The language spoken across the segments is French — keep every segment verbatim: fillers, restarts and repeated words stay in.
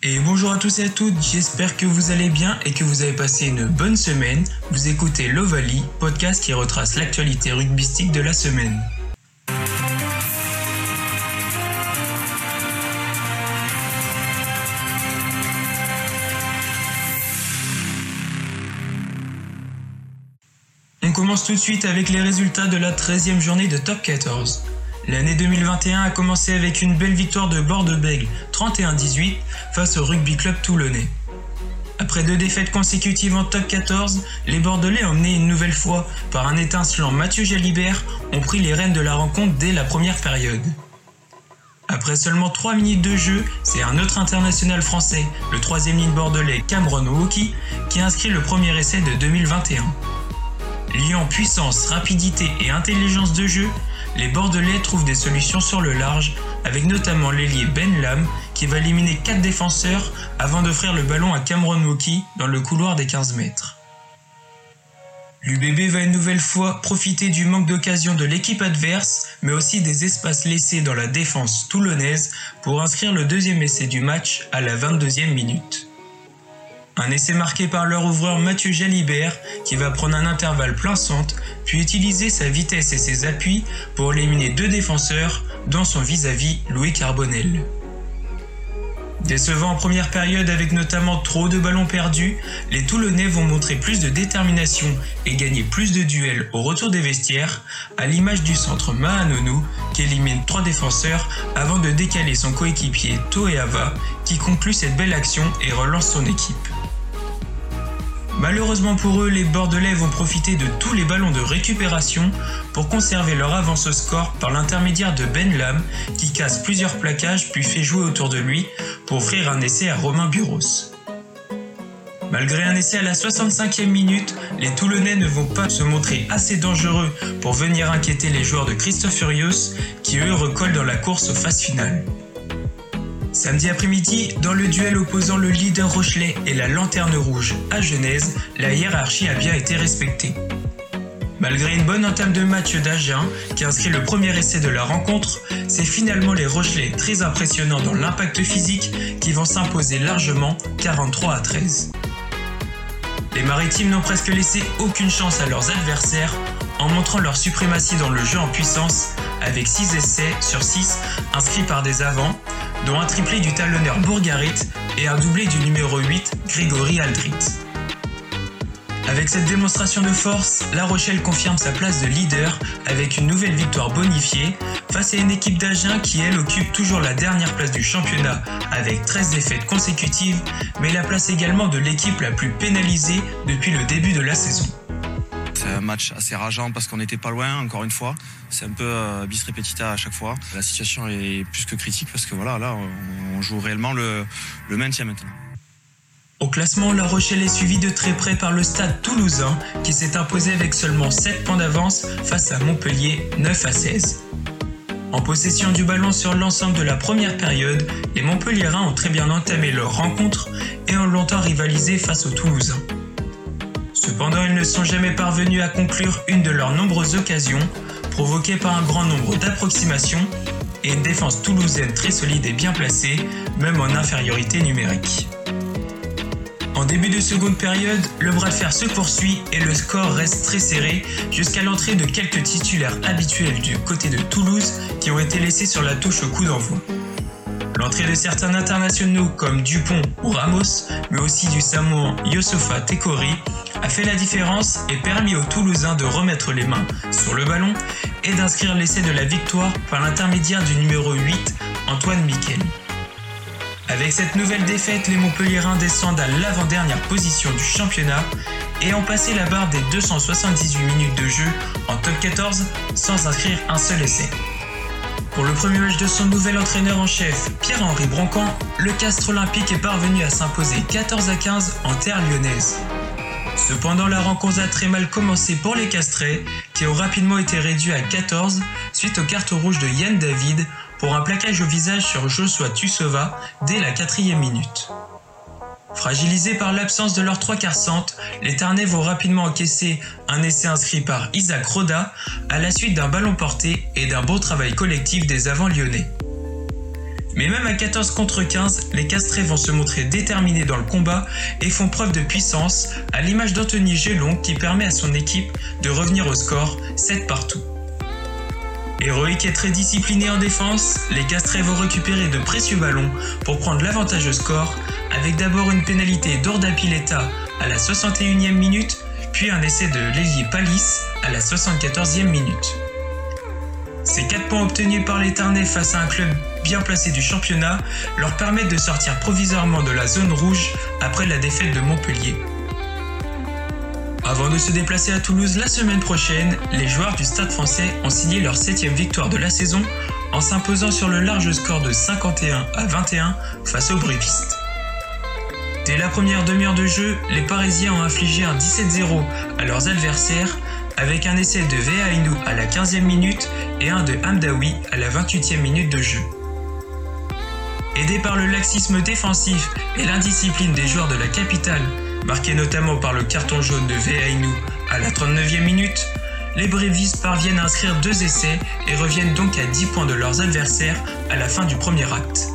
Et bonjour à tous et à toutes, j'espère que vous allez bien et que vous avez passé une bonne semaine. Vous écoutez l'Ovalie, podcast qui retrace l'actualité rugbystique de la semaine. On commence tout de suite avec les résultats de la treizième journée de Top quatorze. L'année deux mille vingt et un a commencé avec une belle victoire de Bordeaux-Bègles trente et un dix-huit face au Rugby Club toulonnais. Après deux défaites consécutives en Top quatorze, les Bordelais, emmenés une nouvelle fois par un étincelant Mathieu Jalibert, ont pris les rênes de la rencontre dès la première période. Après seulement trois minutes de jeu, c'est un autre international français, le troisième ligne bordelais Cameron Wauquiez, qui inscrit le premier essai de deux mille vingt et un. Liant puissance, rapidité et intelligence de jeu, les Bordelais trouvent des solutions sur le large, avec notamment l'ailier Ben Lam qui va éliminer quatre défenseurs avant d'offrir le ballon à Cameron Wauquiez dans le couloir des quinze mètres. L'U B B va une nouvelle fois profiter du manque d'occasion de l'équipe adverse, mais aussi des espaces laissés dans la défense toulonnaise pour inscrire le deuxième essai du match à la vingt-deuxième minute. Un essai marqué par leur ouvreur Mathieu Jalibert qui va prendre un intervalle plein centre puis utiliser sa vitesse et ses appuis pour éliminer deux défenseurs dont son vis-à-vis Louis Carbonel. Décevant en première période avec notamment trop de ballons perdus, les Toulonnais vont montrer plus de détermination et gagner plus de duels au retour des vestiaires, à l'image du centre Mahanonou qui élimine trois défenseurs avant de décaler son coéquipier Toeava qui conclut cette belle action et relance son équipe. Malheureusement pour eux, les Bordelais vont profiter de tous les ballons de récupération pour conserver leur avance au score par l'intermédiaire de Ben Lam qui casse plusieurs plaquages puis fait jouer autour de lui pour offrir un essai à Romain Buros. Malgré un essai à la soixante-cinquième minute, les Toulonnais ne vont pas se montrer assez dangereux pour venir inquiéter les joueurs de Christophe Furios qui eux recollent dans la course aux phases finales. Samedi après-midi, dans le duel opposant le leader rochelais et la Lanterne Rouge à Genèse, la hiérarchie a bien été respectée. Malgré une bonne entame de match d'Agen, qui inscrit le premier essai de la rencontre, c'est finalement les Rochelais très impressionnants dans l'impact physique qui vont s'imposer largement quarante-trois à treize. Les Maritimes n'ont presque laissé aucune chance à leurs adversaires en montrant leur suprématie dans le jeu en puissance avec six essais sur six inscrits par des avants, dont un triplé du talonneur Bourgarit et un doublé du numéro huit Grégory Aldrit. Avec cette démonstration de force, La Rochelle confirme sa place de leader avec une nouvelle victoire bonifiée face à une équipe d'Agen qui elle occupe toujours la dernière place du championnat avec treize défaites consécutives, mais la place également de l'équipe la plus pénalisée depuis le début de la saison. C'est un match assez rageant parce qu'on n'était pas loin, encore une fois. C'est un peu euh, bis repetita à chaque fois. La situation est plus que critique parce que voilà, là, on joue réellement le, le maintien maintenant. Au classement, La Rochelle est suivie de très près par le Stade Toulousain qui s'est imposé avec seulement sept points d'avance face à Montpellier neuf à seize. En possession du ballon sur l'ensemble de la première période, les Montpelliérains ont très bien entamé leur rencontre et ont longtemps rivalisé face aux Toulousains. Cependant, ils ne sont jamais parvenus à conclure une de leurs nombreuses occasions, provoquées par un grand nombre d'approximations et une défense toulousaine très solide et bien placée, même en infériorité numérique. En début de seconde période, le bras de fer se poursuit et le score reste très serré jusqu'à l'entrée de quelques titulaires habituels du côté de Toulouse qui ont été laissés sur la touche au coup d'envoi. L'entrée de certains internationaux comme Dupont ou Ramos, mais aussi du Samoan Youssoupha Tekori, a fait la différence et permis aux Toulousains de remettre les mains sur le ballon et d'inscrire l'essai de la victoire par l'intermédiaire du numéro huit, Antoine Miquel. Avec cette nouvelle défaite, les Montpelliérains descendent à l'avant-dernière position du championnat et ont passé la barre des deux cent soixante-dix-huit minutes de jeu en Top quatorze sans inscrire un seul essai. Pour le premier match de son nouvel entraîneur en chef, Pierre-Henri Broncan, le Castres Olympique est parvenu à s'imposer quatorze à quinze en terre lyonnaise. Cependant, la rencontre a très mal commencé pour les Castrais, qui ont rapidement été réduits à quatorze suite aux cartes rouges de Yann David pour un plaquage au visage sur Joshua Tussova dès la quatrième minute. Fragilisés par l'absence de leurs trois quarts centres, les Tarnais vont rapidement encaisser un essai inscrit par Isaac Roda à la suite d'un ballon porté et d'un beau travail collectif des avants lyonnais. Mais même à quatorze contre quinze, les Castrés vont se montrer déterminés dans le combat et font preuve de puissance, à l'image d'Anthony Gelon qui permet à son équipe de revenir au score sept partout. Héroïque et très discipliné en défense, les Castrés vont récupérer de précieux ballons pour prendre l'avantage au score, avec d'abord une pénalité d'Orda Pileta à la soixante et unième minute, puis un essai de l'ailier Palis à la soixante-quatorzième minute. Ces quatre points obtenus par les Tarnais face à un club bien placé du championnat leur permettent de sortir provisoirement de la zone rouge après la défaite de Montpellier. Avant de se déplacer à Toulouse la semaine prochaine, les joueurs du Stade Français ont signé leur septième victoire de la saison en s'imposant sur le large score de cinquante et un à vingt et un face aux brévistes. Dès la première demi-heure de jeu, les Parisiens ont infligé un dix-sept zéro à leurs adversaires avec un essai de Veainu à la quinzième minute et un de Hamdaoui à la vingt-huitième minute de jeu. Aidés par le laxisme défensif et l'indiscipline des joueurs de la capitale, marqué notamment par le carton jaune de Veainu à la trente-neuvième minute, les brévistes parviennent à inscrire deux essais et reviennent donc à dix points de leurs adversaires à la fin du premier acte.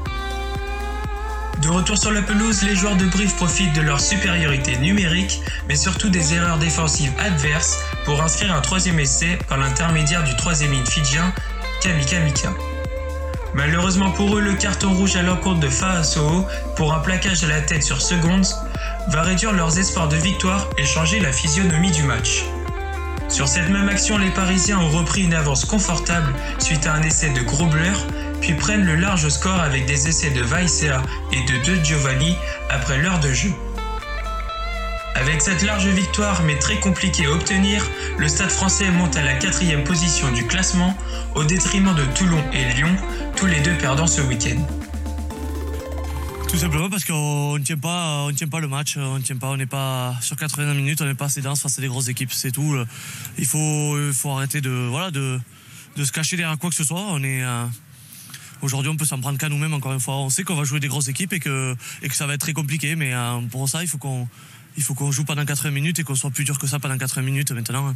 De retour sur la pelouse, les joueurs de Brive profitent de leur supériorité numérique, mais surtout des erreurs défensives adverses pour inscrire un troisième essai par l'intermédiaire du troisième ligne fidjien, Kamika Mika. Malheureusement pour eux, le carton rouge à l'encontre de Fahasoho pour un plaquage à la tête sur secondes va réduire leurs espoirs de victoire et changer la physionomie du match. Sur cette même action, les Parisiens ont repris une avance confortable suite à un essai de Grobler, puis prennent le large score avec des essais de Weissea et de De Giovanni après l'heure de jeu. Avec cette large victoire mais très compliquée à obtenir, le Stade Français monte à la quatrième position du classement au détriment de Toulon et Lyon, tous les deux perdant ce week-end. Tout simplement parce qu'on ne tient pas, on ne tient pas le match, on ne tient pas, on n'est pas sur quatre-vingts minutes, on n'est pas assez dense face à des grosses équipes, c'est tout. Il faut, il faut arrêter de, voilà, de, de se cacher derrière quoi que ce soit. On est euh, aujourd'hui, on peut s'en prendre qu'à nous-mêmes. Encore une fois, on sait qu'on va jouer des grosses équipes et que, et que ça va être très compliqué, mais euh, pour ça, il faut qu'on, il faut qu'on joue pendant quatre-vingts minutes et qu'on soit plus dur que ça pendant quatre-vingts minutes maintenant.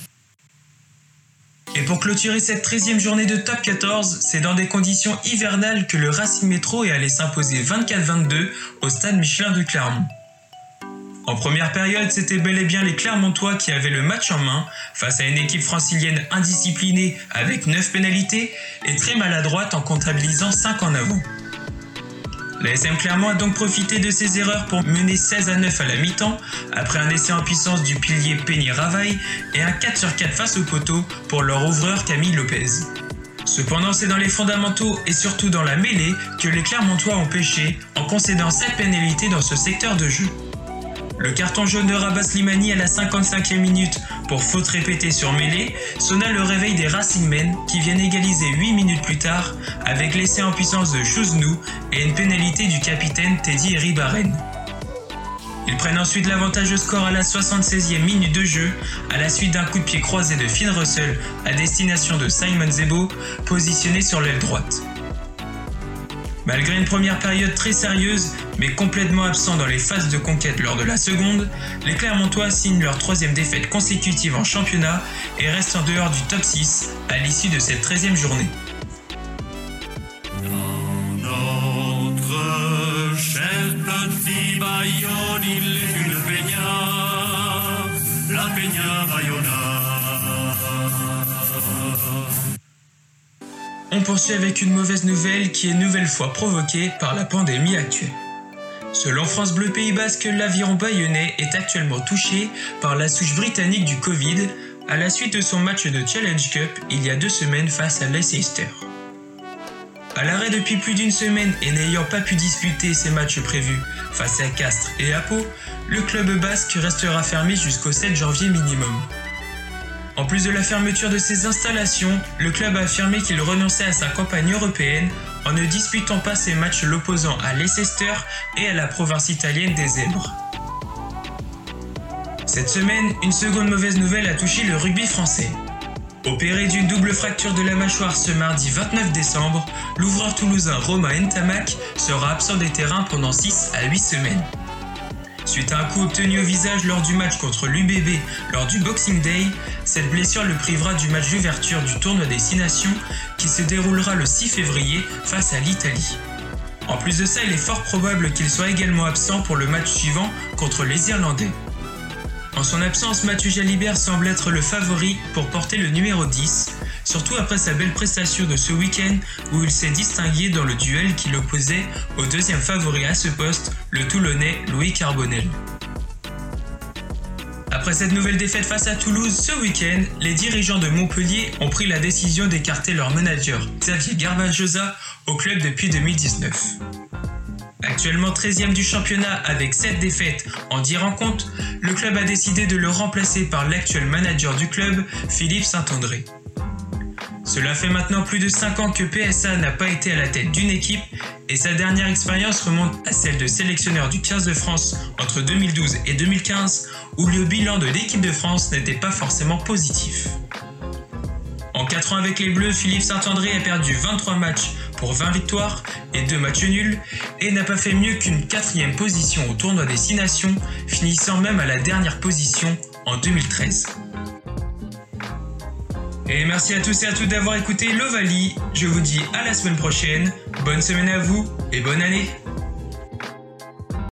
Et pour clôturer cette treizième journée de top quatorze, c'est dans des conditions hivernales que le Racing Métro est allé s'imposer vingt-quatre vingt-deux au stade Michelin de Clermont. En première période, c'était bel et bien les Clermontois qui avaient le match en main face à une équipe francilienne indisciplinée avec neuf pénalités et très maladroite en comptabilisant cinq en avant. La S M Clermont a donc profité de ses erreurs pour mener seize à neuf à la mi-temps, après un essai en puissance du pilier Penny Ravaille et un quatre sur quatre face au poteau pour leur ouvreur Camille Lopez. Cependant, c'est dans les fondamentaux et surtout dans la mêlée que les Clermontois ont pêché en concédant sept pénalités dans ce secteur de jeu. Le carton jaune de Rabat Slimani à la cinquante-cinquième minute pour faute répétée sur mêlée sonna le réveil des Racingmen qui viennent égaliser huit minutes plus tard avec l'essai en puissance de Chouznou et une pénalité du capitaine Teddy Ribaren. Ils prennent ensuite l'avantage au score à la soixante-seizième minute de jeu à la suite d'un coup de pied croisé de Finn Russell à destination de Simon Zebo positionné sur l'aile droite. Malgré une première période très sérieuse, mais complètement absent dans les phases de conquête lors de la seconde, les Clermontois signent leur troisième défaite consécutive en championnat et restent en dehors du top six à l'issue de cette treizième journée. Dans notre chère petite Bayonne, il est une peña, la peña Bayona. On poursuit avec une mauvaise nouvelle qui est nouvelle fois provoquée par la pandémie actuelle. Selon France Bleu Pays Basque, l'aviron bayonnais est actuellement touché par la souche britannique du Covid à la suite de son match de Challenge Cup il y a deux semaines face à Leicester. À l'arrêt depuis plus d'une semaine et n'ayant pas pu disputer ses matchs prévus face à Castres et à Pau, le club basque restera fermé jusqu'au sept janvier minimum. En plus de la fermeture de ses installations, le club a affirmé qu'il renonçait à sa campagne européenne en ne disputant pas ses matchs l'opposant à Leicester et à la province italienne des Zèbres. Cette semaine, une seconde mauvaise nouvelle a touché le rugby français. Opéré d'une double fracture de la mâchoire ce mardi vingt-neuf décembre, l'ouvreur toulousain Romain Ntamak sera absent des terrains pendant six à huit semaines. Suite à un coup obtenu au visage lors du match contre l'U B B lors du Boxing Day, cette blessure le privera du match d'ouverture du tournoi des Six Nations qui se déroulera le six février face à l'Italie. En plus de ça, il est fort probable qu'il soit également absent pour le match suivant contre les Irlandais. En son absence, Mathieu Jalibert semble être le favori pour porter le numéro dix, surtout après sa belle prestation de ce week-end où il s'est distingué dans le duel qui l'opposait au deuxième favori à ce poste, le Toulonnais Louis Carbonel. Après cette nouvelle défaite face à Toulouse ce week-end, les dirigeants de Montpellier ont pris la décision d'écarter leur manager Xavier Garbajosa au club depuis deux mille dix-neuf. Actuellement treizième du championnat avec sept défaites en dix rencontres, le club a décidé de le remplacer par l'actuel manager du club, Philippe Saint-André. Cela fait maintenant plus de cinq ans que P S A n'a pas été à la tête d'une équipe et sa dernière expérience remonte à celle de sélectionneur du quinze de France entre deux mille douze et deux mille quinze où le bilan de l'équipe de France n'était pas forcément positif. En quatre ans avec les Bleus, Philippe Saint-André a perdu vingt-trois matchs pour vingt victoires et deux matchs nuls et n'a pas fait mieux qu'une quatrième position au tournoi des Six Nations, finissant même à la dernière position en deux mille treize. Et merci à tous et à toutes d'avoir écouté l'Ovalie. Je vous dis à la semaine prochaine, bonne semaine à vous et bonne année.